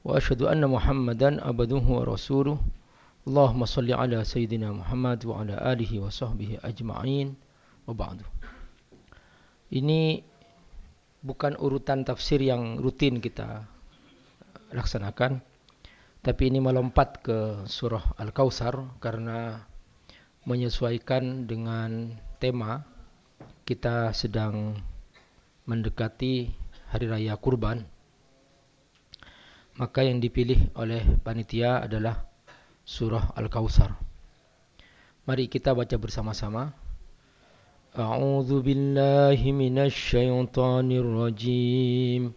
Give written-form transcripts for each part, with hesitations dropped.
وأشهد أن محمدا عبده ورسوله اللهم صل على سيدنا محمد وعلى آله وصحبه أجمعين وبعد. Ini bukan urutan tafsir yang rutin kita laksanakan, tapi ini melompat ke surah Al-Kautsar karena menyesuaikan dengan tema kita sedang mendekati Hari Raya Kurban. Maka yang dipilih oleh panitia adalah surah Al-Kautsar. Mari kita baca bersama-sama. A'udzu billahi minasy syaithanir rajim.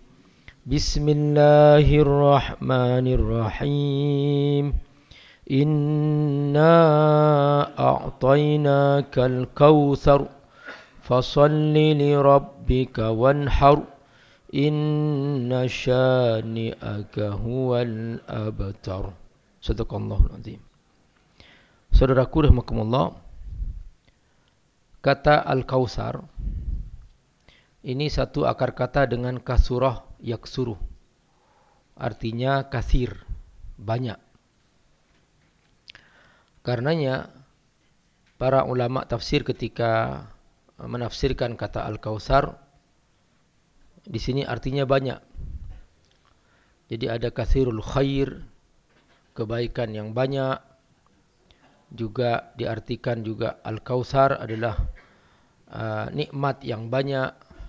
Bismillahirrahmanirrahim. Inna a'tainakal kautsar fashalli li rabbika wanhar. Inna syani'aka huwal abtar. Sadaqallahul azim. Saudaraku rahimakumullah, kata Al-Kautsar ini satu akar kata dengan kasurah yaksuruh. Artinya kathir, banyak. Karenanya para ulama tafsir ketika menafsirkan kata Al-Kautsar di sini artinya banyak. Jadi ada kathirul khair, kebaikan yang banyak. Juga diartikan juga Al-Kautsar adalah nikmat yang banyak.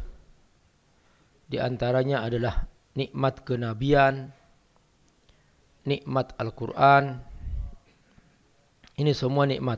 Di antaranya adalah nikmat kenabian, nikmat Al-Quran. Ini semua nikmat.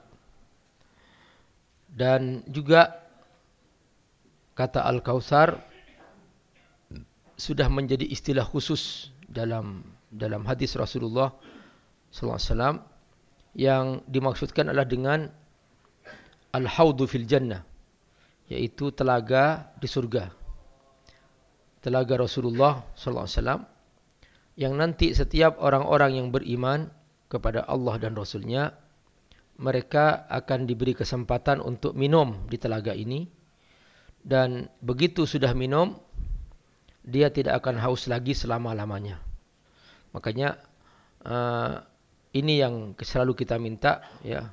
Dan juga kata Al-Kautsar sudah menjadi istilah khusus dalam hadis Rasulullah SAW yang dimaksudkan adalah dengan al-haudu fil jannah, yaitu telaga di surga. Telaga Rasulullah SAW yang nanti setiap orang-orang yang beriman kepada Allah dan Rasulnya, mereka akan diberi kesempatan untuk minum di telaga ini. Dan begitu sudah minum, dia tidak akan haus lagi selama-lamanya. Makanya ini yang selalu kita minta, ya.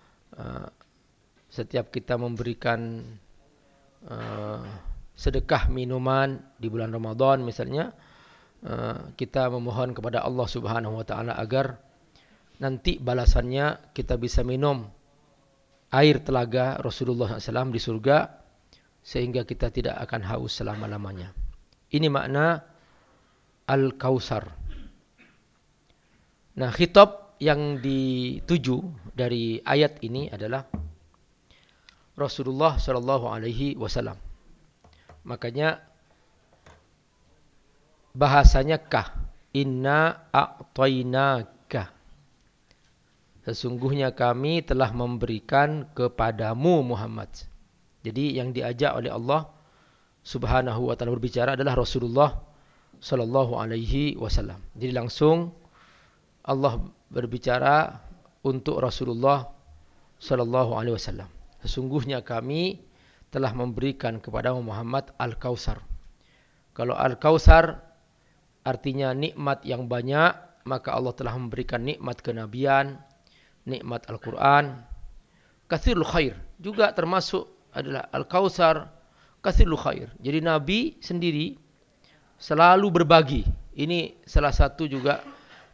Setiap kita memberikan sedekah minuman di bulan Ramadan misalnya, kita memohon kepada Allah Subhanahu wa taala agar nanti balasannya kita bisa minum air telaga Rasulullah SAW di surga sehingga kita tidak akan haus selama-lamanya. Ini makna Al-Kautsar. Nah, khitab yang dituju dari ayat ini adalah Rasulullah sallallahu alaihi wasallam. Makanya bahasanya kah, inna a'tainaka. Sesungguhnya kami telah memberikan kepadamu Muhammad. Jadi yang diajak oleh Allah Subhanahu wa taala berbicara adalah Rasulullah sallallahu alaihi wasallam. Jadi langsung Allah berbicara untuk Rasulullah sallallahu alaihi wasallam. Sesungguhnya kami telah memberikan kepada Muhammad Al-Kautsar. Kalau Al-Kautsar artinya nikmat yang banyak, maka Allah telah memberikan nikmat kenabian, nikmat Al-Quran. Katsirul khair juga termasuk adalah Al-Kautsar, katsirul khair. Jadi Nabi sendiri selalu berbagi. Ini salah satu juga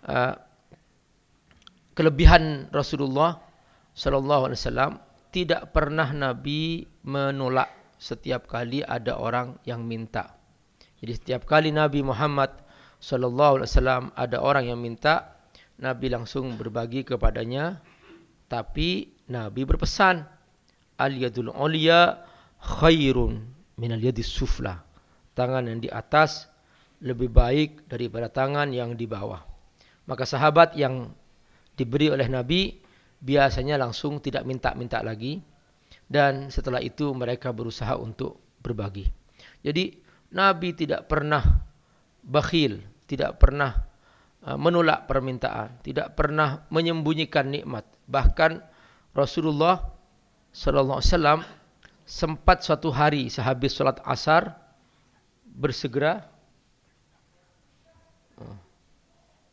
kelebihan Rasulullah sallallahu alaihi wasallam. Tidak pernah Nabi menolak setiap kali ada orang yang minta. Jadi setiap kali Nabi Muhammad sallallahu alaihi wasallam ada orang yang minta, Nabi langsung berbagi kepadanya. Tapi Nabi berpesan, al-yadul ulya khairun minal yadis sufla. Tangan yang di atas lebih baik daripada tangan yang di bawah. Maka sahabat yang diberi oleh Nabi biasanya langsung tidak minta-minta lagi, dan setelah itu mereka berusaha untuk berbagi. Jadi Nabi tidak pernah bakhil, tidak pernah menolak permintaan, tidak pernah menyembunyikan nikmat. Bahkan Rasulullah sallallahu alaihi wasallam sempat suatu hari sehabis salat asar bersegera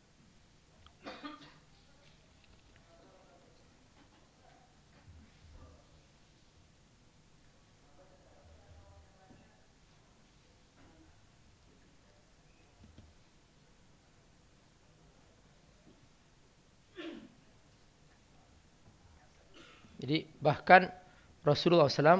Jadi bahkan Rasulullah SAW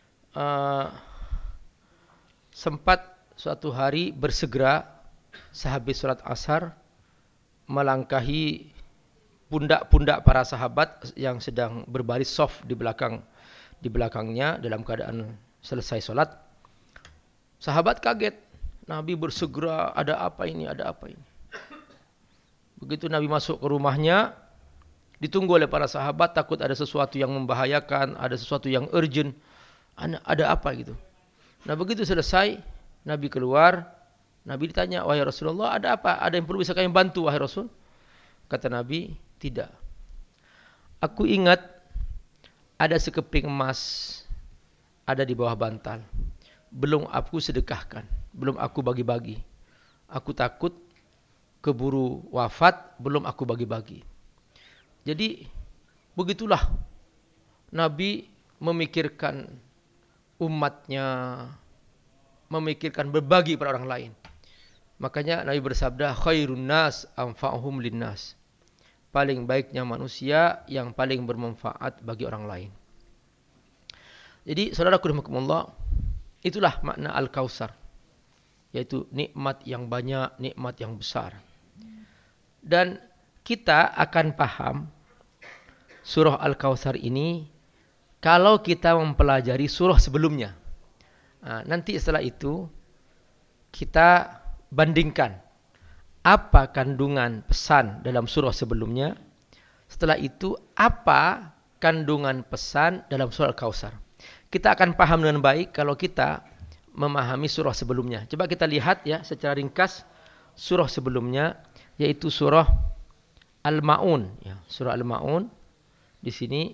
sempat suatu hari bersegera sehabis sholat asar melangkahi pundak-pundak para sahabat yang sedang berbaris soft di belakangnya dalam keadaan selesai sholat. Sahabat kaget. Nabi bersegera, ada apa ini, ada apa ini. Begitu Nabi masuk ke rumahnya, ditunggu oleh para sahabat, takut ada sesuatu yang membahayakan, ada sesuatu yang urgent. Ada apa gitu. Nah begitu selesai, Nabi keluar, Nabi ditanya, wahai Rasulullah, ada apa? Ada yang perlu bisa kami bantu, wahai Rasul? Kata Nabi, tidak. Aku ingat ada sekeping emas ada di bawah bantal. Belum aku sedekahkan, belum aku bagi-bagi. Aku takut keburu wafat, belum aku bagi-bagi. Jadi begitulah Nabi memikirkan umatnya, memikirkan berbagi pada orang lain. Makanya Nabi bersabda, khairun nas anfa'uhum linnas. Paling baiknya manusia yang paling bermanfaat bagi orang lain. Jadi saudaraku rahimakumullah, itulah makna Al-Kautsar, yaitu nikmat yang banyak, nikmat yang besar. Dan kita akan paham surah Al-Kautsar ini kalau kita mempelajari surah sebelumnya. Nah, nanti setelah itu kita bandingkan apa kandungan pesan dalam surah sebelumnya. Setelah itu apa kandungan pesan dalam surah Al-Kautsar. Kita akan paham dengan baik kalau kita memahami surah sebelumnya. Coba kita lihat ya secara ringkas surah sebelumnya, yaitu surah Al-Ma'un. Ya, surah Al-Ma'un di sini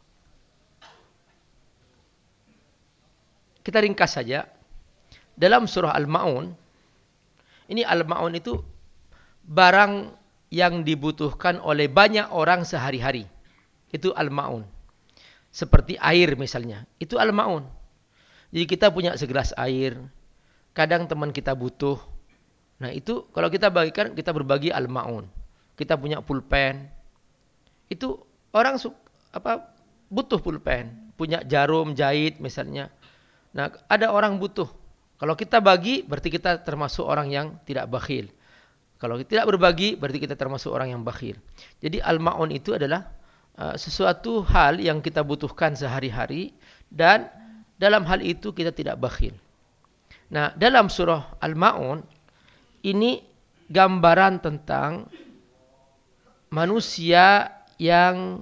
kita ringkas saja. Dalam surah Al-Ma'un, ini Al-Ma'un itu barang yang dibutuhkan oleh banyak orang sehari-hari. Itu Al-Ma'un. Seperti air misalnya, itu Al-Ma'un. Jadi kita punya segelas air, kadang teman kita butuh. Nah itu kalau kita bagikan, kita berbagi Al-Ma'un. Kita punya pulpen, itu orang butuh pulpen, punya jarum jahit misalnya. Nah ada orang butuh. Kalau kita bagi, berarti kita termasuk orang yang tidak bakhil. Kalau tidak berbagi, berarti kita termasuk orang yang bakhil. Jadi Al-Ma'un itu adalah sesuatu hal yang kita butuhkan sehari-hari dan dalam hal itu kita tidak bakhil. Nah, dalam surah Al-Ma'un ini gambaran tentang manusia yang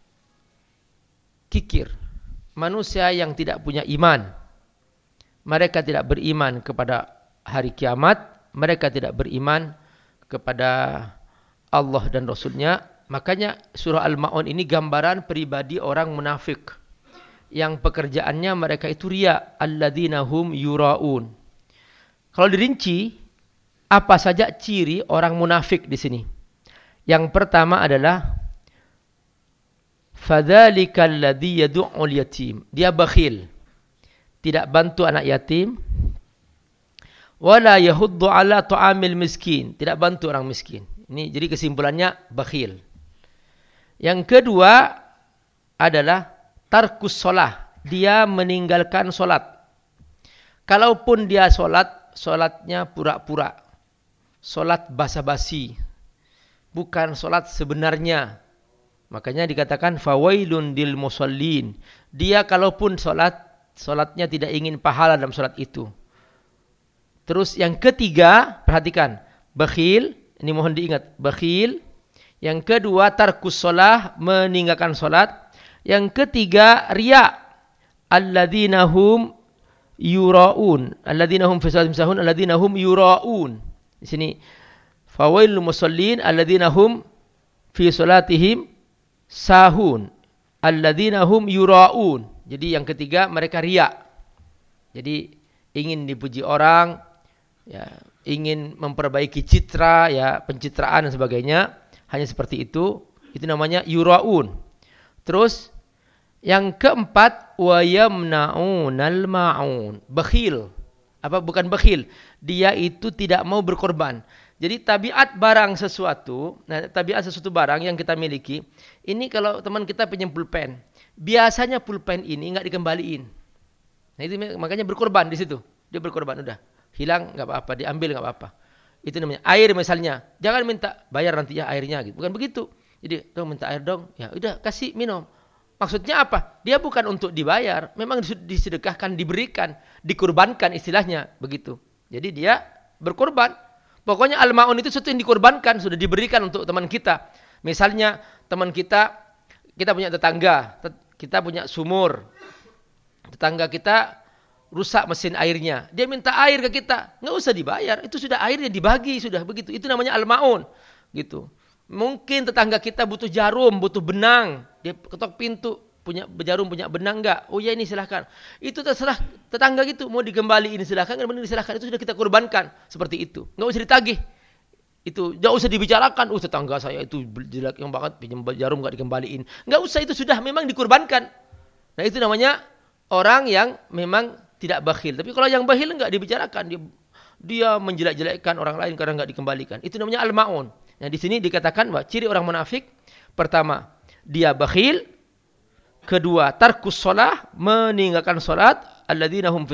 kikir, manusia yang tidak punya iman. Mereka tidak beriman kepada hari kiamat, mereka tidak beriman kepada Allah dan Rasul-Nya. Makanya surah Al-Ma'un ini gambaran pribadi orang munafik yang pekerjaannya mereka itu riya, alladzina hum yura'un. Kalau dirinci, apa saja ciri orang munafik di sini? Yang pertama adalah fadzalikal ladzi yad'ul yatim. Dia bakhil. Tidak bantu anak yatim. Wala yahuddu ala ta'amil miskin. Tidak bantu orang miskin. Ini jadi kesimpulannya bakhil. Yang kedua adalah tarkus sholah. Dia meninggalkan sholat. Kalaupun dia sholat, sholatnya pura-pura. Sholat basa-basi. Bukan sholat sebenarnya. Makanya dikatakan fawailun dil musallin. Dia kalaupun sholat, sholatnya tidak ingin pahala dalam sholat itu. Terus yang ketiga, perhatikan. Bakhil, ini mohon diingat. Bakhil. Yang kedua, tarkus sholah, meninggalkan sholat. Yang ketiga, riya. Alladzina hum yura'un. Alladzina hum fi sholatihim sahun. Alladzina hum yura'un. Di sini, fawailul musallin. Alladzina hum fi sholatihim sahun. Alladzina hum yura'un. Jadi yang ketiga, mereka riya. Jadi ingin dipuji orang, ya, ingin memperbaiki citra, ya, pencitraan dan sebagainya. Hanya seperti itu namanya yura'un. Terus yang keempat, wa yamna'unal ma'un. Bakhil. Apa bukan bakhil? Dia itu tidak mau berkorban. Jadi tabiat barang sesuatu, nah tabiat sesuatu barang yang kita miliki, ini kalau teman kita pinjam pulpen, Biasanya pulpen ini nggak dikembaliin. Nah itu makanya berkorban di situ. Dia berkorban udah. Hilang nggak apa-apa, diambil nggak apa-apa. Itu namanya air misalnya. Jangan minta bayar nanti ya airnya gitu. Bukan begitu. Jadi, dong minta air dong. Ya udah kasih minum. Maksudnya apa? Dia bukan untuk dibayar. Memang disedekahkan, diberikan, dikurbankan istilahnya begitu. Jadi dia berkorban. Pokoknya al-ma'un itu sesuatu yang dikorbankan, sudah diberikan untuk teman kita. Misalnya teman kita punya tetangga, kita punya sumur. Tetangga kita rusak mesin airnya. Dia minta air ke kita, nggak usah dibayar. Itu sudah airnya dibagi, sudah begitu. Itu namanya al-ma'un, gitu. Mungkin tetangga kita butuh jarum, butuh benang. Dia ketok pintu, punya jarum, punya benang enggak? Oh ya ini silahkan. Itu terserah tetangga gitu. Mau dikembaliin silahkan, nggak mau silahkan. Itu sudah kita korbankan. Seperti itu. Nggak usah ditagih. Itu nggak usah dibicarakan. Tetangga saya itu jelek yang banget, pinjam jarum nggak dikembaliin. Nggak usah, itu sudah memang dikorbankan. Nah itu namanya orang yang memang tidak bakhil. Tapi kalau yang bakhil nggak dibicarakan. Dia menjelek-jelekkan orang lain karena nggak dikembalikan. Itu namanya al-ma'un. Nah di sini dikatakan bahwa ciri orang munafik pertama dia bakhil, kedua tarkus shalah, meninggalkan salat, alladzina hum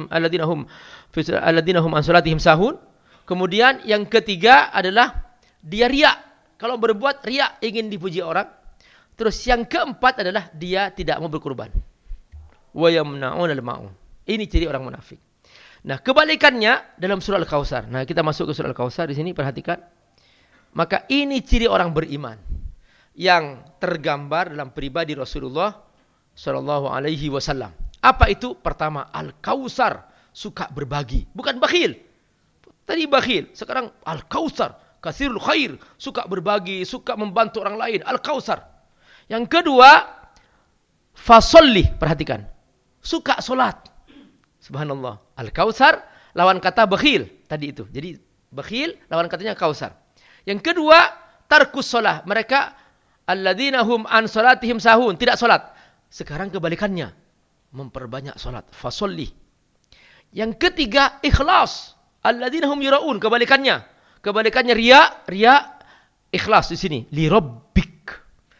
an salatihim sahun. Kemudian yang ketiga adalah dia riya. Kalau berbuat riya ingin dipuji orang. Terus yang keempat adalah dia tidak mau berkurban. Wa yamna'un al-ma'un. Ini ciri orang munafik. Nah, kebalikannya dalam surah Al-Kautsar. Nah, kita masuk ke surah Al-Kautsar di sini, perhatikan. Maka ini ciri orang beriman yang tergambar dalam pribadi Rasulullah sallallahu alaihi wasallam. Apa itu? Pertama, Al-Kautsar, suka berbagi, bukan bakhil. Tadi bakhil, sekarang Al-Kautsar, katsirul khair, suka berbagi, suka membantu orang lain, Al-Kautsar. Yang kedua, fasolli, perhatikan, suka solat. Subhanallah. Al-Kautsar lawan kata bakhil tadi itu. Jadi bakhil lawan katanya Kautsar. Yang kedua, tarkus shalah. Mereka alladzina hum an salatihim sahun, tidak salat. Sekarang kebalikannya, memperbanyak salat. Fasolli. Yang ketiga, ikhlas. Alladzina hum yura'un, kebalikannya. Kebalikannya riya, ikhlas di sini. Li rabbik.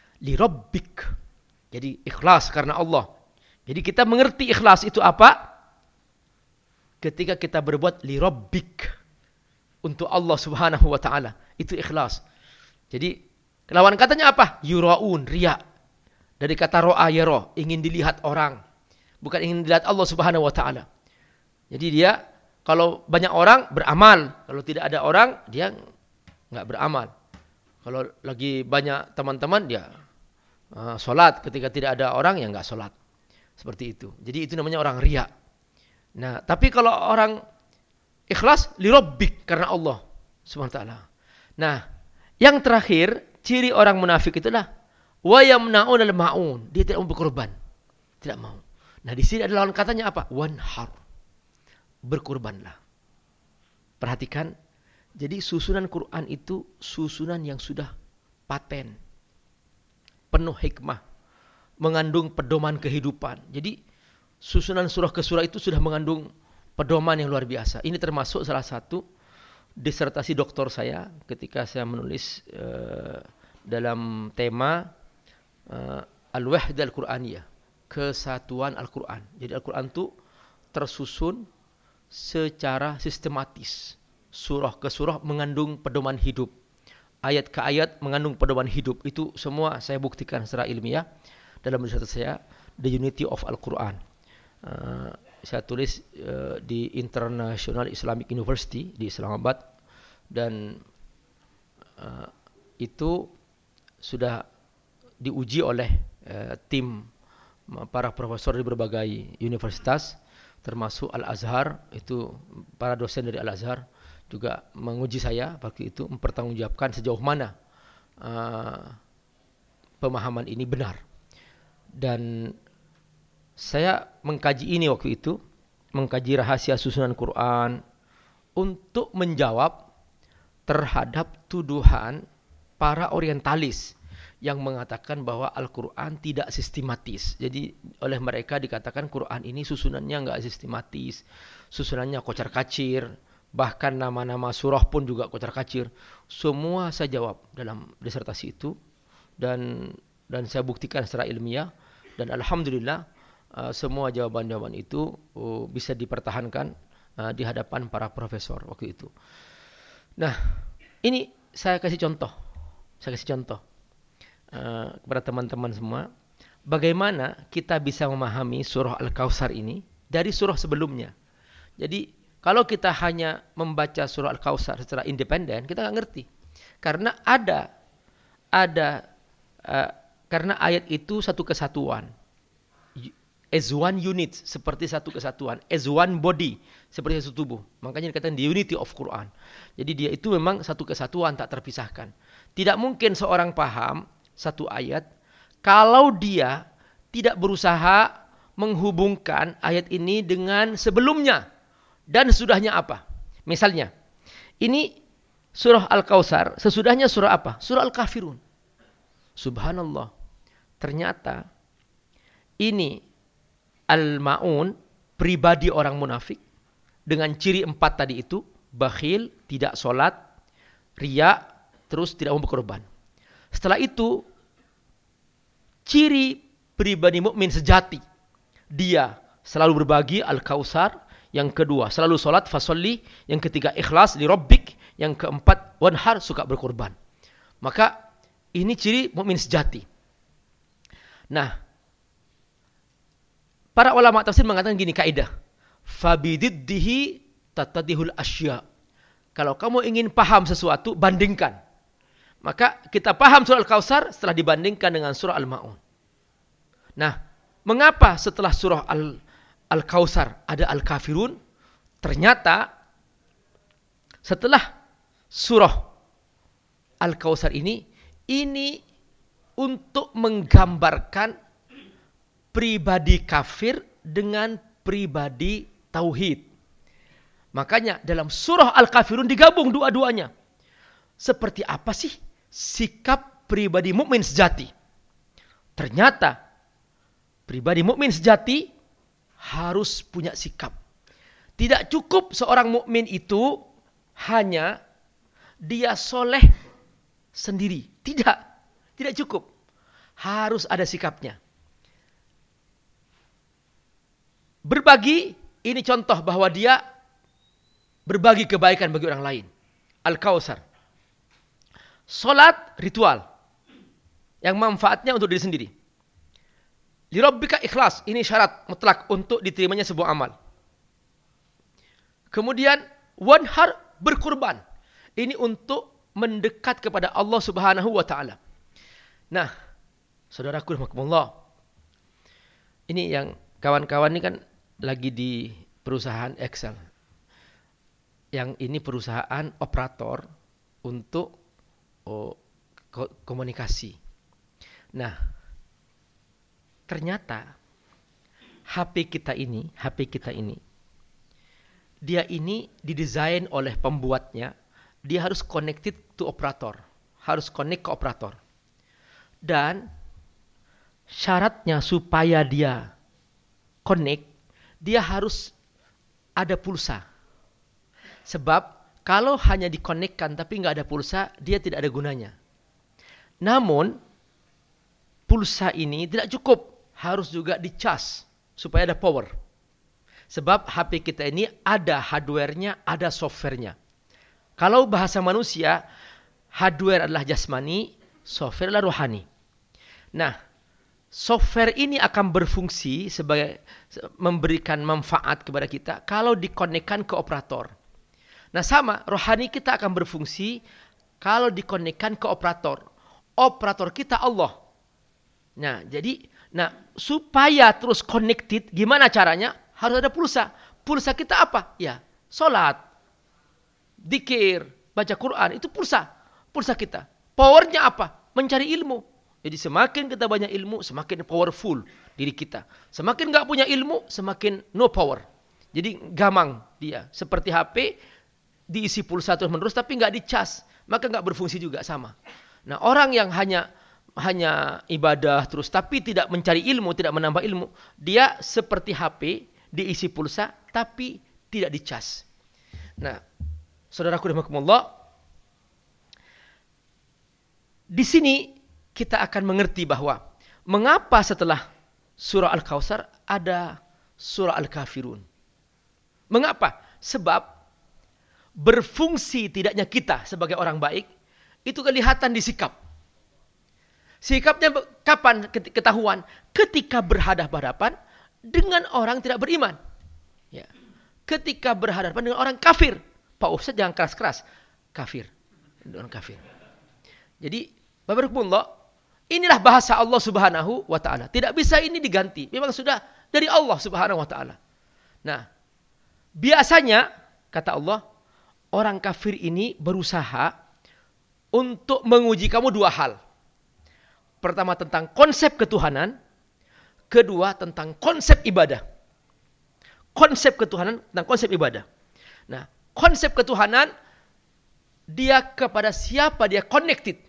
Jadi ikhlas karena Allah. Jadi kita mengerti ikhlas itu apa? Ketika kita berbuat li rabbik, untuk Allah Subhanahu wa taala, itu ikhlas. Jadi lawan katanya apa? Yuraun, riya. Dari kata ra'a yara, ingin dilihat orang, bukan ingin dilihat Allah Subhanahu wa taala. Jadi dia kalau banyak orang beramal, kalau tidak ada orang dia enggak beramal. Kalau lagi banyak teman-teman dia salat, ketika tidak ada orang ya enggak salat. Seperti itu. Jadi itu namanya orang riya. Nah, tapi kalau orang ikhlas li rabbik, karena Allah Subhanahu wa taala. Nah, yang terakhir, ciri orang munafik itulah wa yamna'un al-ma'un. Dia tidak mau berkorban. Tidak mau. Nah, di sini adalah lawan katanya apa? Wanhar. Berkorbanlah. Perhatikan. Jadi susunan Quran itu susunan yang sudah paten. Penuh hikmah. Mengandung pedoman kehidupan. Jadi susunan surah ke surah itu sudah mengandung pedoman yang luar biasa. Ini termasuk salah satu disertasi doktor saya ketika saya menulis dalam tema Al-Wahdah Al-Quraniyah, kesatuan Al-Quran. Jadi Al-Quran itu tersusun secara sistematis. Surah ke surah mengandung pedoman hidup. Ayat ke ayat mengandung pedoman hidup. Itu semua saya buktikan secara ilmiah dalam disertasi saya, The Unity of Al-Quran. Saya tulis di International Islamic University di Islamabad, dan itu sudah diuji oleh tim para profesor di berbagai universitas, termasuk Al-Azhar. Itu para dosen dari Al-Azhar juga menguji saya waktu itu, mempertanggungjawabkan sejauh mana pemahaman ini benar. Dan saya mengkaji ini waktu itu, mengkaji rahasia susunan Quran untuk menjawab terhadap tuduhan para orientalis yang mengatakan bahwa Al-Quran tidak sistematis. Jadi oleh mereka dikatakan Quran ini susunannya enggak sistematis, susunannya kocar-kacir, bahkan nama-nama surah pun juga kocar-kacir. Semua saya jawab dalam disertasi itu, dan saya buktikan secara ilmiah Dan alhamdulillah semua jawaban-jawaban itu bisa dipertahankan di hadapan para profesor waktu itu. Nah, ini saya kasih contoh. Kepada teman-teman semua, bagaimana kita bisa memahami surah Al-Kautsar ini dari surah sebelumnya. Jadi, kalau kita hanya membaca surah Al-Kautsar secara independen, kita nggak ngerti. Karena karena ayat itu satu kesatuan. As one unit, seperti satu kesatuan. As one body, seperti satu tubuh. Makanya dikatakan the unity of Quran. Jadi dia itu memang satu kesatuan, tak terpisahkan. Tidak mungkin seorang paham satu ayat kalau dia tidak berusaha menghubungkan ayat ini dengan sebelumnya dan sesudahnya apa. Misalnya, ini surah Al-Kautsar, sesudahnya surah apa? Surah Al-Kafirun. Subhanallah. Ternyata ini Al-Ma'un, pribadi orang munafik, dengan ciri 4 tadi itu, bakhil, tidak sholat, riya, terus tidak mau berkorban. Setelah itu, ciri pribadi mukmin sejati, dia selalu berbagi, Al-Kautsar. Yang kedua, selalu sholat, fasolli. Yang ketiga, ikhlas, li rabbik. Yang keempat, wanhar, suka berkorban. Maka, ini ciri mukmin sejati. Nah, para ulama tafsir mengatakan gini kaidah. Fabididdihi tatadihul asya. Kalau kamu ingin paham sesuatu, bandingkan. Maka kita paham surah Al-Kautsar setelah dibandingkan dengan surah Al-Ma'un. Nah, mengapa setelah surah Al-Kautsar ada Al-Kafirun? Ternyata setelah surah Al-Kautsar ini untuk menggambarkan pribadi kafir dengan pribadi tauhid. Makanya dalam surah Al-Kafirun digabung dua-duanya. Seperti apa sih sikap pribadi mukmin sejati? Ternyata pribadi mukmin sejati harus punya sikap. Tidak cukup seorang mukmin itu hanya dia soleh sendiri. Tidak cukup. Harus ada sikapnya. Berbagi, ini contoh bahwa dia berbagi kebaikan bagi orang lain. Al-Kautsar. Salat ritual. Yang manfaatnya untuk diri sendiri. Li rabbika ikhlas. Ini syarat mutlak untuk diterimanya sebuah amal. Kemudian, wanhar, berkurban. Ini untuk mendekat kepada Allah Subhanahu wa ta'ala. Nah, saudaraku rahimakumullah. Ini yang kawan-kawan ini kan lagi di perusahaan Excel. Yang ini perusahaan operator untuk komunikasi. Nah, ternyata HP kita ini, dia ini didesain oleh pembuatnya, dia harus connected to operator. Harus connect ke operator. Dan syaratnya supaya dia connect, dia harus ada pulsa. Sebab kalau hanya dikonekkan tapi nggak ada pulsa, dia tidak ada gunanya. Namun pulsa ini tidak cukup, harus juga dicas supaya ada power. Sebab HP kita ini ada hardware-nya, ada software-nya. Kalau bahasa manusia, hardware adalah jasmani, software adalah rohani. Nah, software ini akan berfungsi sebagai memberikan manfaat kepada kita kalau dikonekkan ke operator. Nah sama, rohani kita akan berfungsi kalau dikonekkan ke operator. Operator kita Allah. Nah jadi, supaya terus connected, gimana caranya? Harus ada pulsa. Pulsa kita apa? Ya, sholat, dzikir, baca Quran, itu pulsa. Pulsa kita. Powernya apa? Mencari ilmu. Jadi semakin kita banyak ilmu, semakin powerful diri kita. Semakin nggak punya ilmu, semakin no power. Jadi gamang dia. Seperti HP, diisi pulsa terus menerus, tapi nggak dicas. Maka nggak berfungsi juga, sama. Nah orang yang hanya ibadah terus, tapi tidak mencari ilmu, tidak menambah ilmu, dia seperti HP, diisi pulsa, tapi tidak dicas. Nah, saudaraku rahimakumullah, di sini kita akan mengerti bahwa mengapa setelah surah Al-Kautsar, ada surah Al-Kafirun. Mengapa? Sebab berfungsi tidaknya kita sebagai orang baik itu kelihatan di sikap. Sikapnya kapan ketahuan? Ketika berhadapan-hadapan dengan orang tidak beriman. Ya. Ketika berhadapan dengan orang kafir. Pak Ustaz jangan keras-keras. Kafir. Orang kafir. Jadi, Babarakumullah, inilah bahasa Allah Subhanahu wa Ta'ala. Tidak bisa ini diganti. Memang sudah dari Allah Subhanahu wa Ta'ala. Nah, biasanya, kata Allah, orang kafir ini berusaha untuk menguji kamu dua hal. Pertama tentang konsep ketuhanan. Kedua tentang konsep ibadah. Konsep ketuhanan tentang konsep ibadah. Nah, konsep ketuhanan, dia kepada siapa dia connected.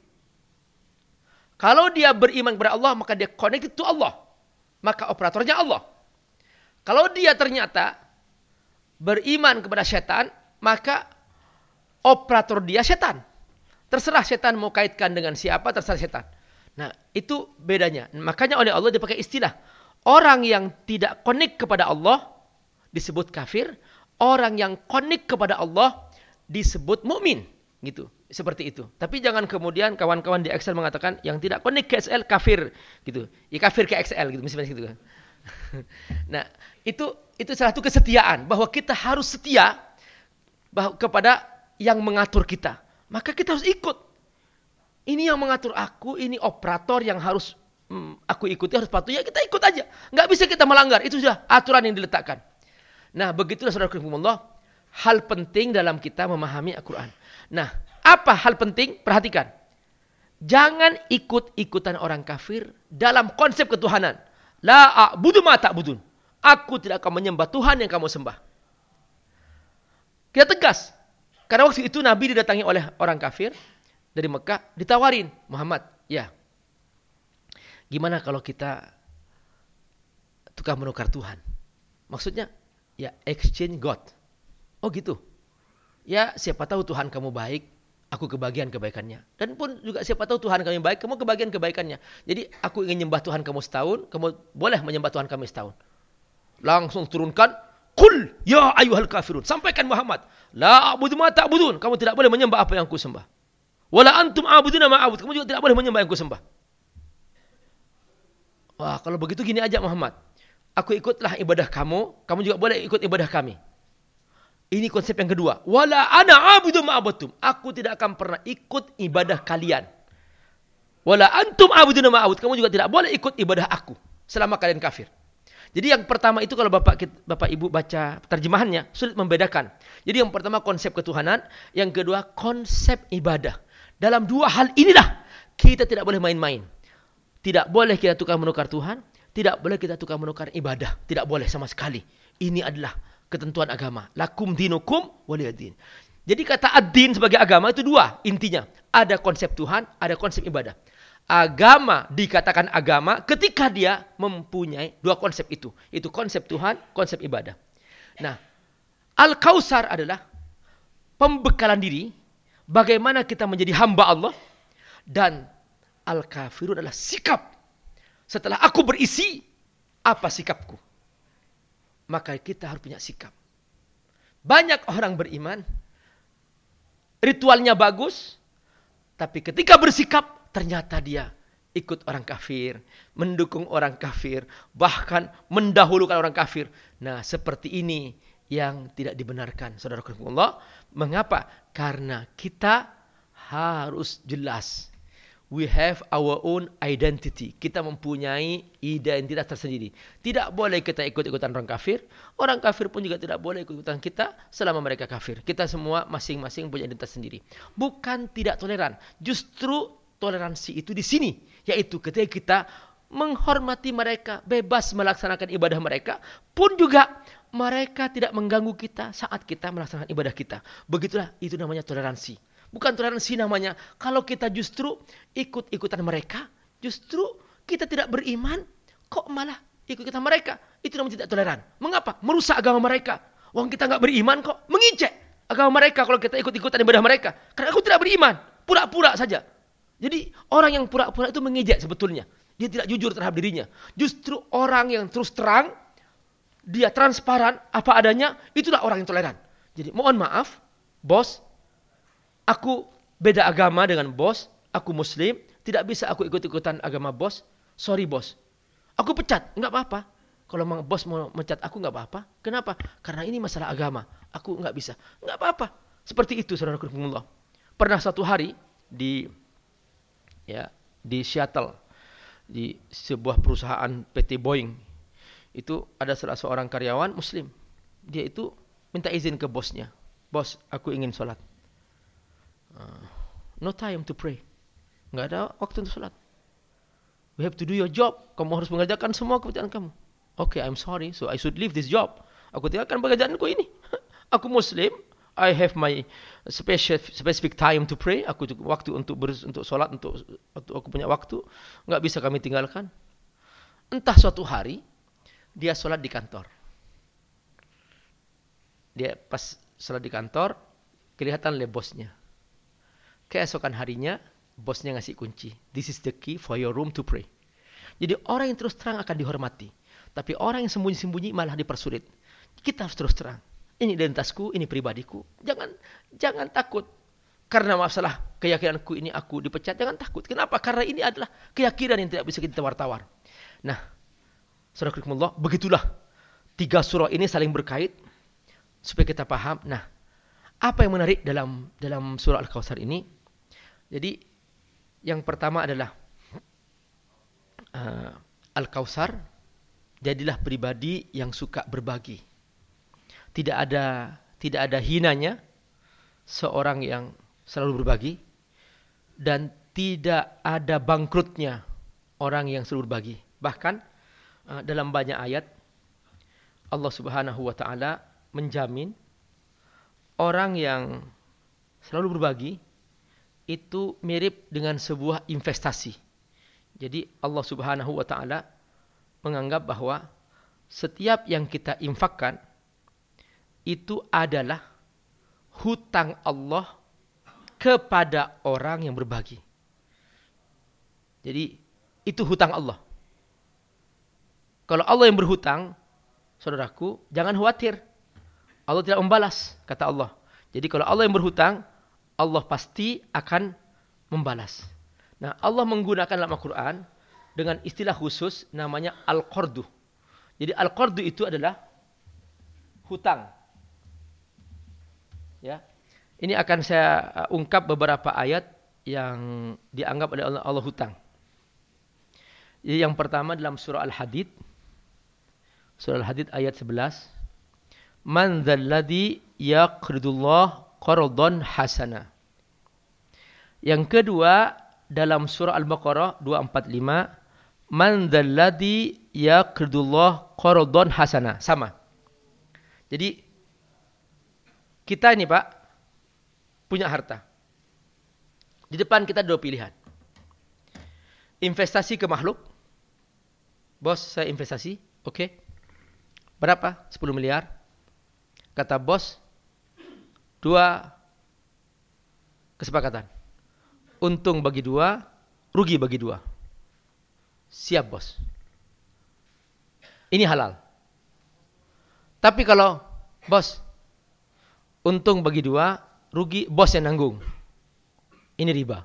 Kalau dia beriman kepada Allah, maka dia connected to Allah. Maka operatornya Allah. Kalau dia ternyata beriman kepada setan, maka operator dia setan. Terserah setan mau kaitkan dengan siapa, terserah setan. Nah, itu bedanya. Makanya oleh Allah dipakai istilah. Orang yang tidak connect kepada Allah disebut kafir. Orang yang connect kepada Allah disebut mukmin. Gitu. Seperti itu. Tapi jangan kemudian kawan-kawan di Excel mengatakan yang tidak connect ke Excel kafir. Gitu. Ya kafir ke Excel. Gitu. Misalnya gitu. Nah, itu salah satu kesetiaan. Bahwa kita harus setia kepada yang mengatur kita. Maka kita harus ikut. Ini yang mengatur aku, ini operator yang harus aku ikuti, harus patuh. Ya kita ikut aja. Nggak bisa kita melanggar. Itu sudah aturan yang diletakkan. Nah, begitulah saudara-saudara, hal penting dalam kita memahami Al-Quran. Nah, apa hal penting? Perhatikan. Jangan ikut-ikutan orang kafir dalam konsep ketuhanan. La a'budu ma ta'budun. Aku tidak akan menyembah Tuhan yang kamu sembah. Kita tegas. Karena waktu itu Nabi didatangi oleh orang kafir dari Mekah, ditawarin, Muhammad, ya. Gimana kalau kita tukang menukar Tuhan? Maksudnya, ya exchange God. Oh gitu. Ya siapa tahu Tuhan kamu baik, aku kebagian kebaikannya. Dan pun juga siapa tahu Tuhan kami baik, kamu kebagian kebaikannya. Jadi aku ingin menyembah Tuhan kamu setahun, kamu boleh menyembah Tuhan kami setahun. Langsung turunkan, Qul ya ayyuhal kafirun. Sampaikan Muhammad, la a'budu ma ta'budun. Kamu tidak boleh menyembah apa yang aku sembah. Wala antum a'buduna ma a'bud. Kamu juga tidak boleh menyembah yang aku sembah. Wah, kalau begitu gini aja Muhammad. Aku ikutlah ibadah kamu, kamu juga boleh ikut ibadah kami. Ini konsep yang kedua. Wala ana a'budu ma a'budtum. Aku tidak akan pernah ikut ibadah kalian. Wala antum a'buduna ma a'bud. Kamu juga tidak boleh ikut ibadah aku selama kalian kafir. Jadi yang pertama itu kalau Bapak Ibu baca terjemahannya sulit membedakan. Jadi yang pertama konsep ketuhanan, yang kedua konsep ibadah. Dalam dua hal inilah kita tidak boleh main-main. Tidak boleh kita tukang menukar Tuhan, tidak boleh kita tukang menukar ibadah, tidak boleh sama sekali. Ini adalah ketentuan agama. Lakum dinukum waliyadin. Jadi kata ad-din sebagai agama itu dua intinya. Ada konsep Tuhan, ada konsep ibadah. Agama dikatakan agama ketika dia mempunyai dua konsep itu. Itu konsep Tuhan, konsep ibadah. Nah, Al-Kautsar adalah pembekalan diri bagaimana kita menjadi hamba Allah, dan Al-Kafirun adalah sikap. Setelah aku berisi, apa sikapku? Maka kita harus punya sikap. Banyak orang beriman, ritualnya bagus, tapi ketika bersikap, ternyata dia ikut orang kafir, mendukung orang kafir, bahkan mendahulukan orang kafir. Nah, seperti ini yang tidak dibenarkan, saudara-saudara. Mengapa? Karena kita harus jelas. We have our own identity. Kita mempunyai identitas tersendiri. Tidak boleh kita ikut-ikutan orang kafir. Orang kafir pun juga tidak boleh ikut-ikutan kita selama mereka kafir. Kita semua masing-masing punya identitas sendiri. Bukan tidak toleran. Justru toleransi itu di sini. Yaitu ketika kita menghormati mereka, bebas melaksanakan ibadah mereka, pun juga mereka tidak mengganggu kita saat kita melaksanakan ibadah kita. Begitulah, itu namanya toleransi. Bukan toleransi namanya kalau kita justru ikut-ikutan mereka, justru kita tidak beriman, kok malah ikut-ikutan mereka. Itu namanya tidak toleran. Mengapa? Merusak agama mereka. Wong kita nggak beriman kok, mengicek agama mereka kalau kita ikut-ikutan ibadah mereka. Karena aku tidak beriman, pura-pura saja. Jadi orang yang pura-pura itu mengejek sebetulnya. Dia tidak jujur terhadap dirinya. Justru orang yang terus terang, dia transparan, apa adanya, itulah orang yang toleran. Jadi mohon maaf, bos, aku beda agama dengan bos, aku muslim, tidak bisa aku ikut-ikutan agama bos, sorry bos. Aku pecat, enggak apa-apa. Kalau memang bos mau mencat aku enggak apa-apa. Kenapa? Karena ini masalah agama, aku enggak bisa. Enggak apa-apa. Seperti itu saudara-saudara. Pernah satu hari di Seattle, di sebuah perusahaan PT Boeing, itu ada salah seorang karyawan muslim. Dia itu minta izin ke bosnya. Bos, aku ingin sholat. No time to pray. Enggak ada waktu untuk sholat. We have to do your job. Kamu harus mengerjakan semua pekerjaan kamu. Okay, I'm sorry. So I should leave this job. Aku tinggalkan pekerjaanku ini. Aku muslim. I have my specific time to pray. Aku cukup waktu untuk sholat, untuk aku punya waktu. Enggak bisa kami tinggalkan. Entah suatu hari dia sholat di kantor. Dia pas sholat di kantor, kelihatan oleh bosnya. Keesokan harinya, bosnya ngasih kunci. This is the key for your room to pray. Jadi orang yang terus terang akan dihormati. Tapi orang yang sembunyi-sembunyi malah dipersulit. Kita harus terus terang. Ini identitasku, ini pribadiku. Jangan takut. Karena masalah keyakinanku ini aku dipecat. Jangan takut. Kenapa? Karena ini adalah keyakinan yang tidak bisa kita tawar-tawar. Nah, saudara-saudara, begitulah 3 surah ini saling berkait. Supaya kita paham. Nah, apa yang menarik dalam surah Al-Kautsar ini? Jadi, yang pertama adalah Al-Kautsar, jadilah pribadi yang suka berbagi. Tidak ada hinanya seorang yang selalu berbagi, dan tidak ada bangkrutnya orang yang selalu berbagi. Bahkan dalam banyak ayat Allah Subhanahu wa taala menjamin orang yang selalu berbagi itu mirip dengan sebuah investasi. Jadi Allah Subhanahu wa taala menganggap bahwa setiap yang kita infakkan itu adalah hutang Allah kepada orang yang berbagi. Jadi itu hutang Allah. Kalau Allah yang berhutang, saudaraku, jangan khawatir. Allah tidak membalas, kata Allah. Jadi kalau Allah yang berhutang, Allah pasti akan membalas. Nah, Allah menggunakan dalam Al-Quran dengan istilah khusus namanya Al-Qardu. Jadi Al-Qardu itu adalah hutang. Ya. Ini akan saya ungkap beberapa ayat yang dianggap oleh Allah hutang. Jadi yang pertama dalam surah Al-Hadid. Surah Al-Hadid ayat 11. Man dzalladzi yaqridullah qardan hasana. Yang kedua dalam surah Al-Baqarah 245, man dzalladzi yaqridullah qardan hasana. Sama. Jadi kita ini Pak punya harta. Di depan kita ada 2 pilihan. Investasi ke makhluk. Bos, saya investasi. Oke. Berapa? 10 miliar. Kata bos, 2 kesepakatan. Untung bagi 2, rugi bagi 2. Siap bos. Ini halal. Tapi kalau bos, untung bagi 2, rugi bos yang nanggung. Ini riba.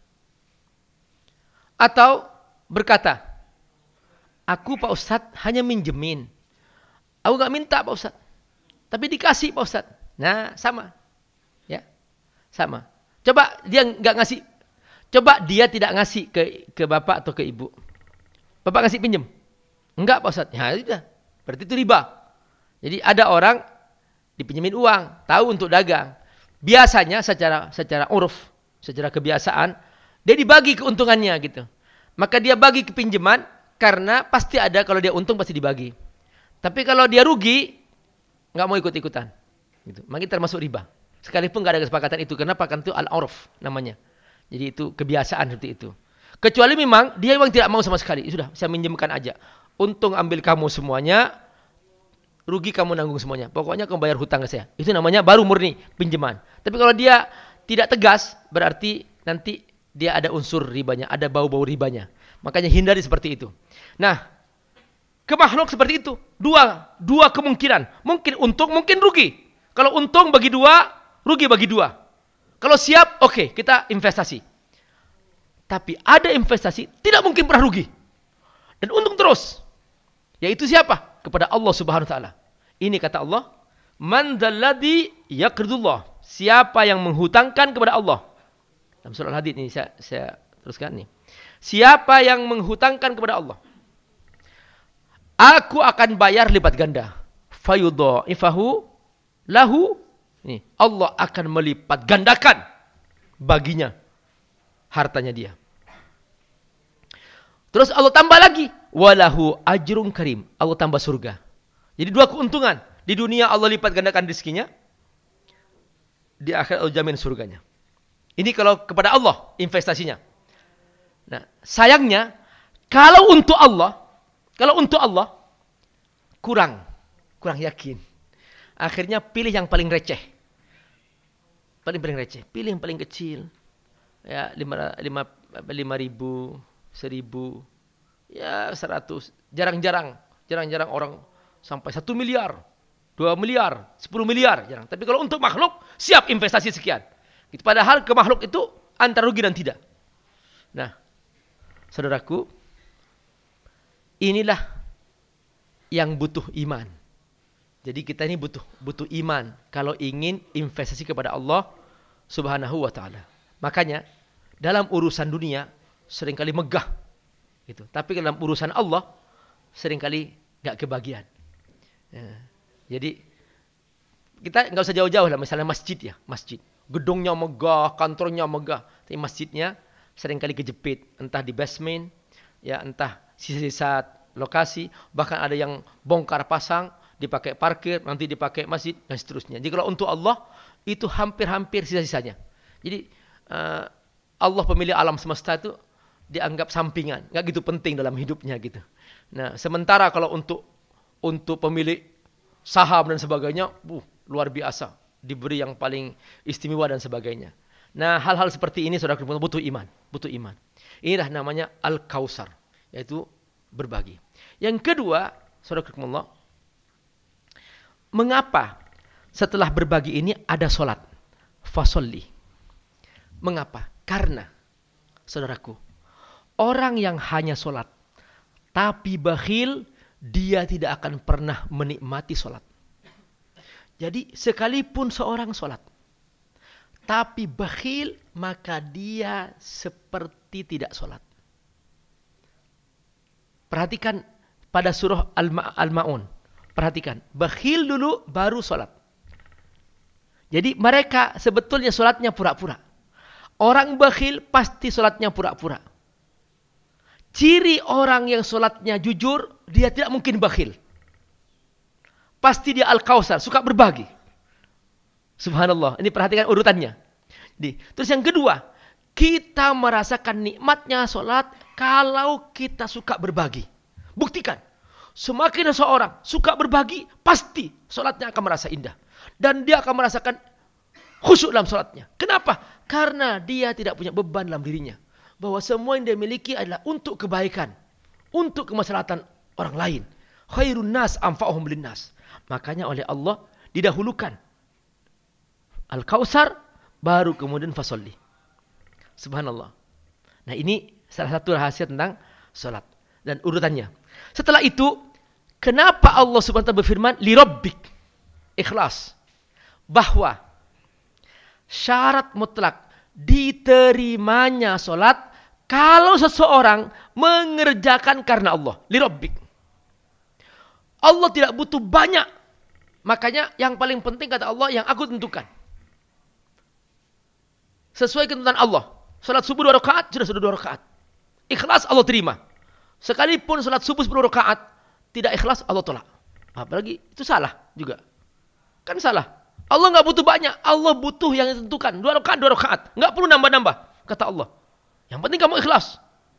Atau berkata, aku Pak Ustadz hanya minjemin. Aku gak minta Pak Ustadz. Tapi dikasih Pak Ustadz. Nah, sama. Ya, sama. Coba dia gak ngasih. Coba dia tidak ngasih ke bapak atau ke ibu. Bapak ngasih pinjem. Enggak Pak Ustadz. Ya sudah. Berarti itu riba. Jadi ada orang dipinjemin uang. Tahu untuk dagang. Biasanya secara uruf. Secara kebiasaan. Dia dibagi keuntungannya gitu. Maka dia bagi kepinjaman. Karena pasti ada kalau dia untung pasti dibagi. Tapi kalau dia rugi. Nggak mau ikut-ikutan. Gitu. Maka termasuk riba. Sekalipun nggak ada kesepakatan itu. Kenapa? Kan itu al-urf namanya. Jadi itu kebiasaan seperti itu. Kecuali memang dia memang tidak mau sama sekali. Sudah, saya minjemkan aja. Untung ambil kamu semuanya. Rugi kamu nanggung semuanya. Pokoknya kamu bayar hutang ke saya. Itu namanya baru murni pinjaman. Tapi kalau dia tidak tegas. Berarti nanti dia ada unsur ribanya, ada bau-bau ribanya. Makanya hindari seperti itu. Nah, ke makhluk seperti itu. Dua kemungkinan. Mungkin untung, mungkin rugi. Kalau untung bagi dua, rugi bagi dua. Kalau siap, oke, kita investasi. Tapi ada investasi, tidak mungkin pernah rugi. Dan untung terus. Yaitu siapa? Kepada Allah Subhanahu wa taala. Ini kata Allah, man dzalladzi yaqridullah. Siapa yang menghutangkan kepada Allah? Dalam surah Al-Hadid ini saya teruskan nih. Siapa yang menghutangkan kepada Allah? Aku akan bayar lipat ganda. Fayudha'ifahu lahu. Nih, Allah akan melipat gandakan baginya hartanya dia. Terus Allah tambah lagi, walahu ajrun karim. Allah tambah surga. Jadi dua keuntungan. Di dunia Allah lipat gandakan rezekinya. Di akhirat Allah jamin surganya. Ini kalau kepada Allah investasinya. Nah, sayangnya kalau untuk Allah kurang yakin. Akhirnya pilih yang paling receh. Paling receh. Pilih yang paling kecil. Ya, 5.000, 1.000, ya 100. Jarang-jarang orang sampai 1 miliar, 2 miliar, 10 miliar. Jarang. Tapi kalau untuk makhluk, siap investasi sekian. Padahal ke makhluk itu antara rugi dan tidak. Nah, saudaraku, inilah yang butuh iman. Jadi kita ini butuh iman kalau ingin investasi kepada Allah Subhanahu wa taala. Makanya dalam urusan dunia seringkali megah gitu. Tapi dalam urusan Allah seringkali enggak kebagian. Ya. Jadi kita enggak usah jauh-jauh lah, misalnya masjid. Gedungnya megah, kantornya megah, tapi masjidnya seringkali kejepit, entah di basement, ya entah sisa-sisa lokasi, bahkan ada yang bongkar pasang, dipakai parkir, nanti dipakai masjid, dan seterusnya. Jadi kalau untuk Allah, itu hampir-hampir sisa-sisanya. Jadi Allah pemilik alam semesta itu dianggap sampingan, nggak gitu penting dalam hidupnya gitu. Nah, sementara kalau untuk pemilik saham dan sebagainya, luar biasa, diberi yang paling istimewa dan sebagainya. Nah, hal-hal seperti ini saudara butuh iman. Inilah namanya Al-Kautsar, yaitu berbagi. Yang kedua, saudara, mengapa setelah berbagi ini ada solat? Fasolli. Mengapa? Karena, saudaraku, orang yang hanya solat, tapi bakhil, dia tidak akan pernah menikmati solat. Jadi, sekalipun seorang solat, tapi bakhil, maka dia seperti tidak solat. Perhatikan pada surah Al-Ma'un. Perhatikan, bakhil dulu baru solat. Jadi mereka sebetulnya solatnya pura-pura. Orang bakhil pasti solatnya pura-pura. Ciri orang yang solatnya jujur, dia tidak mungkin bakhil. Pasti dia Al-Kautsar, suka berbagi. Subhanallah, ini perhatikan urutannya. Terus yang kedua, kita merasakan nikmatnya solat kalau kita suka berbagi. Buktikan, semakin seorang suka berbagi, pasti solatnya akan merasa indah. Dan dia akan merasakan khusyuk dalam solatnya. Kenapa? Karena dia tidak punya beban dalam dirinya. Bahwa semua yang dia miliki adalah untuk kebaikan. Untuk kemaslahatan orang lain. Khairun nas anfa'uhum linnas. Makanya oleh Allah didahulukan Al-Kautsar, baru kemudian fasolli. Subhanallah. Nah, ini salah satu rahasia tentang salat dan urutannya. Setelah itu, kenapa Allah Subhanahu wa taala berfirman li rabbik? Ikhlas. Bahwa syarat mutlak diterimanya salat kalau seseorang mengerjakan karena Allah. Li rabbik. Allah tidak butuh banyak. Makanya yang paling penting kata Allah yang aku tentukan. Sesuai ketentuan Allah. Salat subuh 2 rakaat, sudah 2 rakaat. Ikhlas Allah terima. Sekalipun salat subuh 10 rakaat, tidak ikhlas Allah tolak. Apalagi itu salah juga. Kan salah. Allah enggak butuh banyak, Allah butuh yang ditentukan. 2 rakaat, 2 rakaat. Enggak perlu nambah-nambah, kata Allah. Yang penting kamu ikhlas.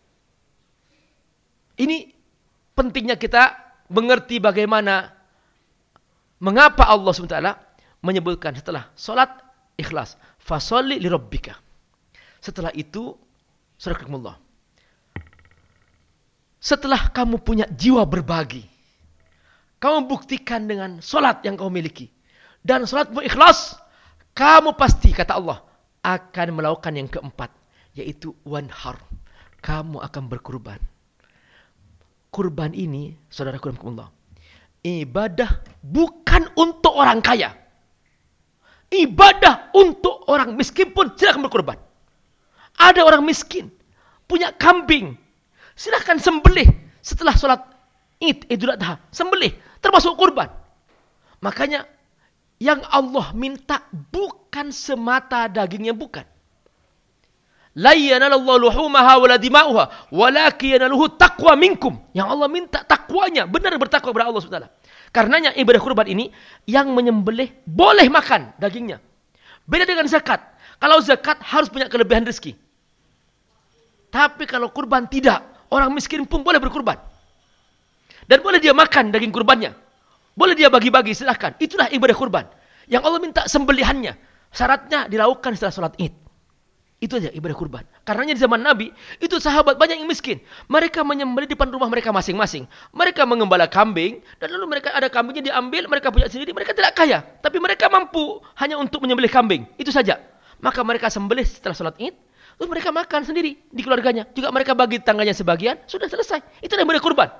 Ini pentingnya kita mengerti bagaimana mengapa Allah SWT menyebutkan setelah salat ikhlas. Fasolli li rabbika. Setelah itu Saudara, setelah kamu punya jiwa berbagi, kamu buktikan dengan solat yang kamu miliki. Dan solatmu ikhlas, kamu pasti, kata Allah, akan melakukan yang keempat, yaitu wanhar. Kamu akan berkurban. Kurban ini, saudaraku, ibadah bukan untuk orang kaya. Ibadah untuk orang miskin pun silakan berkurban. Ada orang miskin, punya kambing, silakan sembelih setelah sholat Idul Adha. Sembelih, termasuk kurban. Makanya, yang Allah minta bukan semata dagingnya, bukan. La yanalallahu luhumaha wala dima'uha walakin yanaluhu taqwa minkum. Yang Allah minta takwanya, benar bertakwa kepada Allah SWT. Karenanya ibadah kurban ini yang menyembelih boleh makan dagingnya. Beda dengan zakat. Kalau zakat harus punya kelebihan rezeki. Tapi kalau kurban tidak. Orang miskin pun boleh berkurban. Dan boleh dia makan daging kurbannya. Boleh dia bagi-bagi, silahkan. Itulah ibadah kurban. Yang Allah minta sembelihannya. Syaratnya dilakukan setelah sholat Id. Itu aja ibadah kurban. Karenanya di zaman Nabi, itu sahabat banyak yang miskin. Mereka menyembelih di depan rumah mereka masing-masing. Mereka mengembala kambing, dan lalu mereka ada kambingnya diambil, mereka punya sendiri, mereka tidak kaya. Tapi mereka mampu hanya untuk menyembelih kambing. Itu saja. Maka mereka sembelih setelah sholat Id, terus mereka makan sendiri di keluarganya. Juga mereka bagi tangganya sebagian, sudah selesai. Itu adalah ibadah kurban.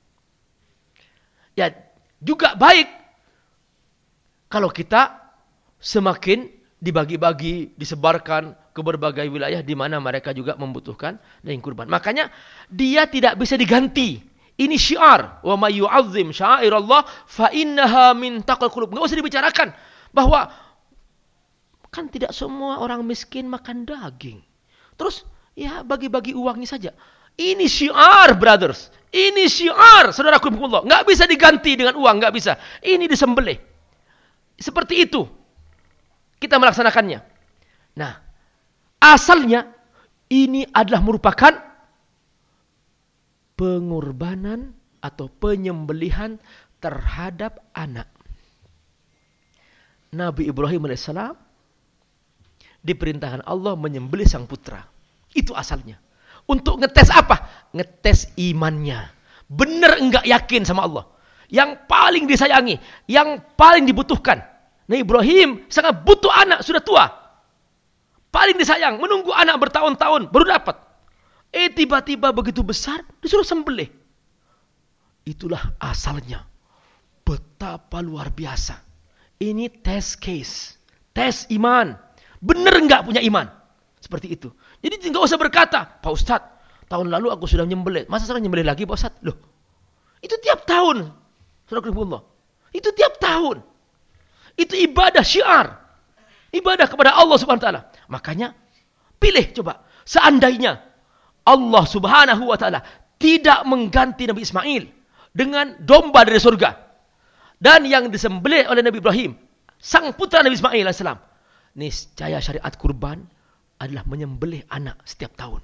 Ya, juga baik kalau kita semakin dibagi-bagi, disebarkan ke berbagai wilayah di mana mereka juga membutuhkan daging kurban. Makanya dia tidak bisa diganti. Ini syiar, wa may yu'azzim sya'airallah fa innaha min taqwal qulub. Enggak usah dibicarakan bahwa kan tidak semua orang miskin makan daging. Terus ya bagi-bagi uangnya saja. Ini syiar, brothers. Ini syiar, saudaraku Allah. Enggak bisa diganti dengan uang, enggak bisa. Ini disembelih. Seperti itu kita melaksanakannya. Nah, asalnya ini adalah merupakan pengorbanan atau penyembelihan terhadap anak. Nabi Ibrahim alaihissalam diperintahkan Allah menyembelih sang putra. Itu asalnya. Untuk ngetes apa? Ngetes imannya. Benar enggak yakin sama Allah. Yang paling disayangi, yang paling dibutuhkan. Nabi Ibrahim sangat butuh anak, sudah tua. Paling disayang, menunggu anak bertahun-tahun, baru dapat. Tiba-tiba begitu besar, disuruh sembelih. Itulah asalnya. Betapa luar biasa. Ini tes case. Tes iman. Benar enggak punya iman? Seperti itu. Jadi enggak usah berkata, Pak Ustadz, tahun lalu aku sudah nyembelih. Masa sekarang nyembelih lagi Pak Ustadz? Loh, itu tiap tahun. Saudara, itu tiap tahun. Itu ibadah syiar. Ibadah kepada Allah Subhanahu wa taala. Makanya pilih coba. Seandainya Allah Subhanahu wa taala tidak mengganti Nabi Ismail dengan domba dari surga. Dan yang disembelih oleh Nabi Ibrahim, sang putra Nabi Ismail alaihissalam, niscaya syariat kurban adalah menyembelih anak setiap tahun.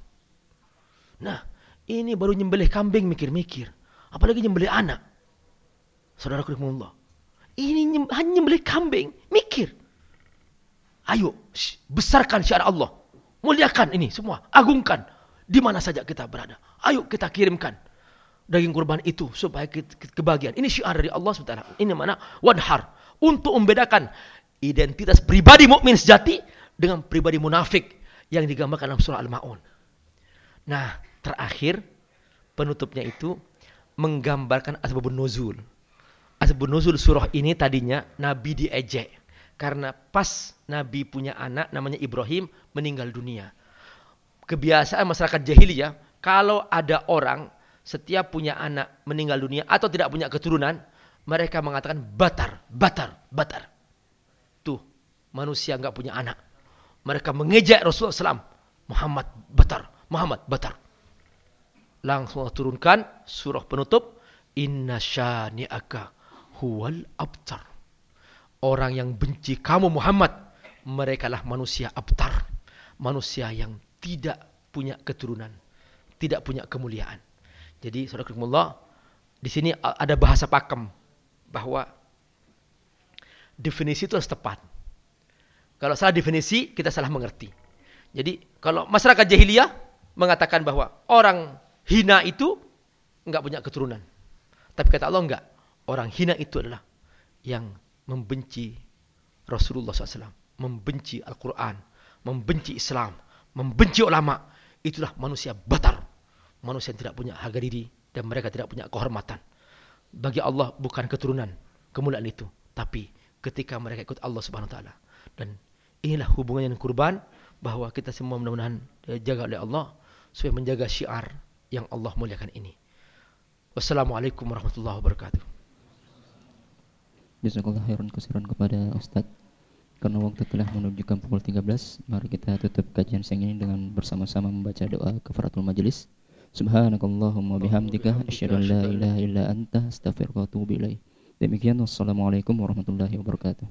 Nah, ini baru nyembelih kambing mikir-mikir. Apalagi nyembelih anak. Saudaraku rahimakumullah. Ini hanya nyembelih kambing, mikir. Ayo, besarkan syiar Allah. Muliakan ini semua, agungkan. Di mana saja kita berada. Ayo kita kirimkan daging kurban itu supaya kebahagiaan. Ini syiar dari Allah SWT. Ini mana? Wanhar. Untuk membedakan identitas pribadi mukmin sejati dengan pribadi munafik yang digambarkan dalam surah Al-Ma'un. Nah, terakhir penutupnya itu menggambarkan asbabun nuzul. Asbabun nuzul surah ini tadinya Nabi diejek karena pas Nabi punya anak namanya Ibrahim meninggal dunia. Kebiasaan masyarakat jahiliyah, kalau ada orang setiap punya anak meninggal dunia atau tidak punya keturunan, mereka mengatakan batar. Tuh, manusia enggak punya anak. Mereka mengejek Rasulullah SAW. Muhammad batar. Langsung Allah turunkan surah penutup, Inna syani'aka huwal abtar. Orang yang benci kamu Muhammad, mereka lah manusia abtar. Manusia yang tidak punya keturunan, tidak punya kemuliaan. Jadi saudara-saudara, di sini ada bahasa pakem bahwa definisi itu harus tepat. Kalau salah definisi, kita salah mengerti. Jadi kalau masyarakat jahiliyah mengatakan bahwa orang hina itu enggak punya keturunan. Tapi kata Allah enggak. Orang hina itu adalah yang membenci Rasulullah SAW, membenci Al-Quran, membenci Islam, membenci ulama. Itulah manusia batar. Manusia yang tidak punya harga diri dan mereka tidak punya kehormatan. Bagi Allah bukan keturunan kemuliaan itu, tapi ketika mereka ikut Allah Subhanahu wa taala. Dan inilah hubungannya dengan kurban, bahwa kita semua mudah-mudahan dijaga oleh Allah supaya menjaga syiar yang Allah muliakan ini. Wassalamualaikum warahmatullahi wabarakatuh. Jazakallahu khairan katsiran kepada Ustadz. Karena waktu telah menunjukkan pukul 13, mari kita tutup kajian siang ini dengan bersama-sama membaca doa kafaratul majelis. Subhanakallahumma bihamdika asyhadu an la ilaha illa anta astaghfiruka wa atubu ilaik. Demikian, wassalamualaikum warahmatullahi wabarakatuh.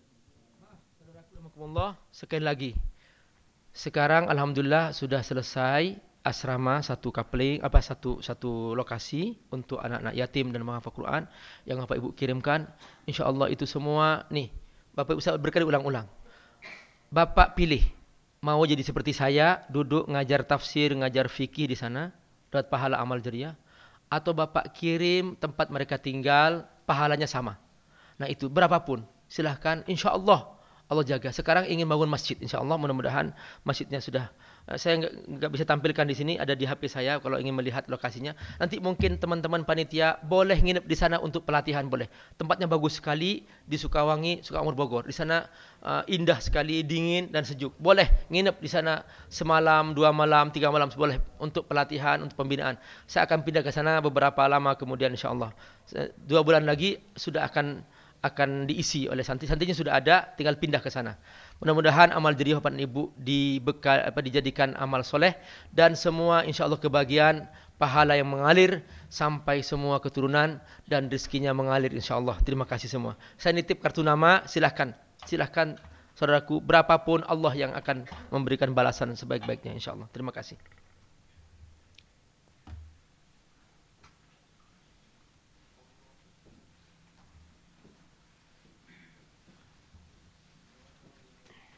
Sekali lagi, sekarang alhamdulillah sudah selesai asrama satu kapling, satu lokasi untuk anak-anak yatim dan menghafal Quran yang Bapak Ibu kirimkan. Insyaallah itu semua nih Bapak Ibu saya berkali ulang-ulang. Bapak pilih mau jadi seperti saya, duduk ngajar tafsir, ngajar fikih di sana, dapat pahala amal jariah, atau Bapak kirim tempat mereka tinggal, pahalanya sama. Nah itu berapapun, silahkan. Insyaallah Allah jaga. Sekarang ingin bangun masjid, insyaallah mudah-mudahan masjidnya sudah. Saya nggak bisa tampilkan di sini, ada di HP saya. Kalau ingin melihat lokasinya, nanti mungkin teman-teman panitia boleh nginep di sana untuk pelatihan, boleh. Tempatnya bagus sekali di Sukawangi, Sukamur, Bogor. Di sana indah sekali, dingin dan sejuk. Boleh nginep di sana semalam, 2 malam, 3 malam, boleh untuk pelatihan, untuk pembinaan. Saya akan pindah ke sana beberapa lama kemudian, insyaallah. 2 bulan lagi sudah akan diisi oleh santri-santrinya, sudah ada, tinggal pindah ke sana. Mudah-mudahan amal jariah Bapak Ibu dijadikan amal soleh, dan semua insyaallah kebahagiaan, pahala yang mengalir sampai semua keturunan dan rezekinya mengalir insyaallah. Terima kasih semua. Saya nitip kartu nama, silahkan saudaraku, berapapun Allah yang akan memberikan balasan sebaik-baiknya insyaallah. Terima kasih.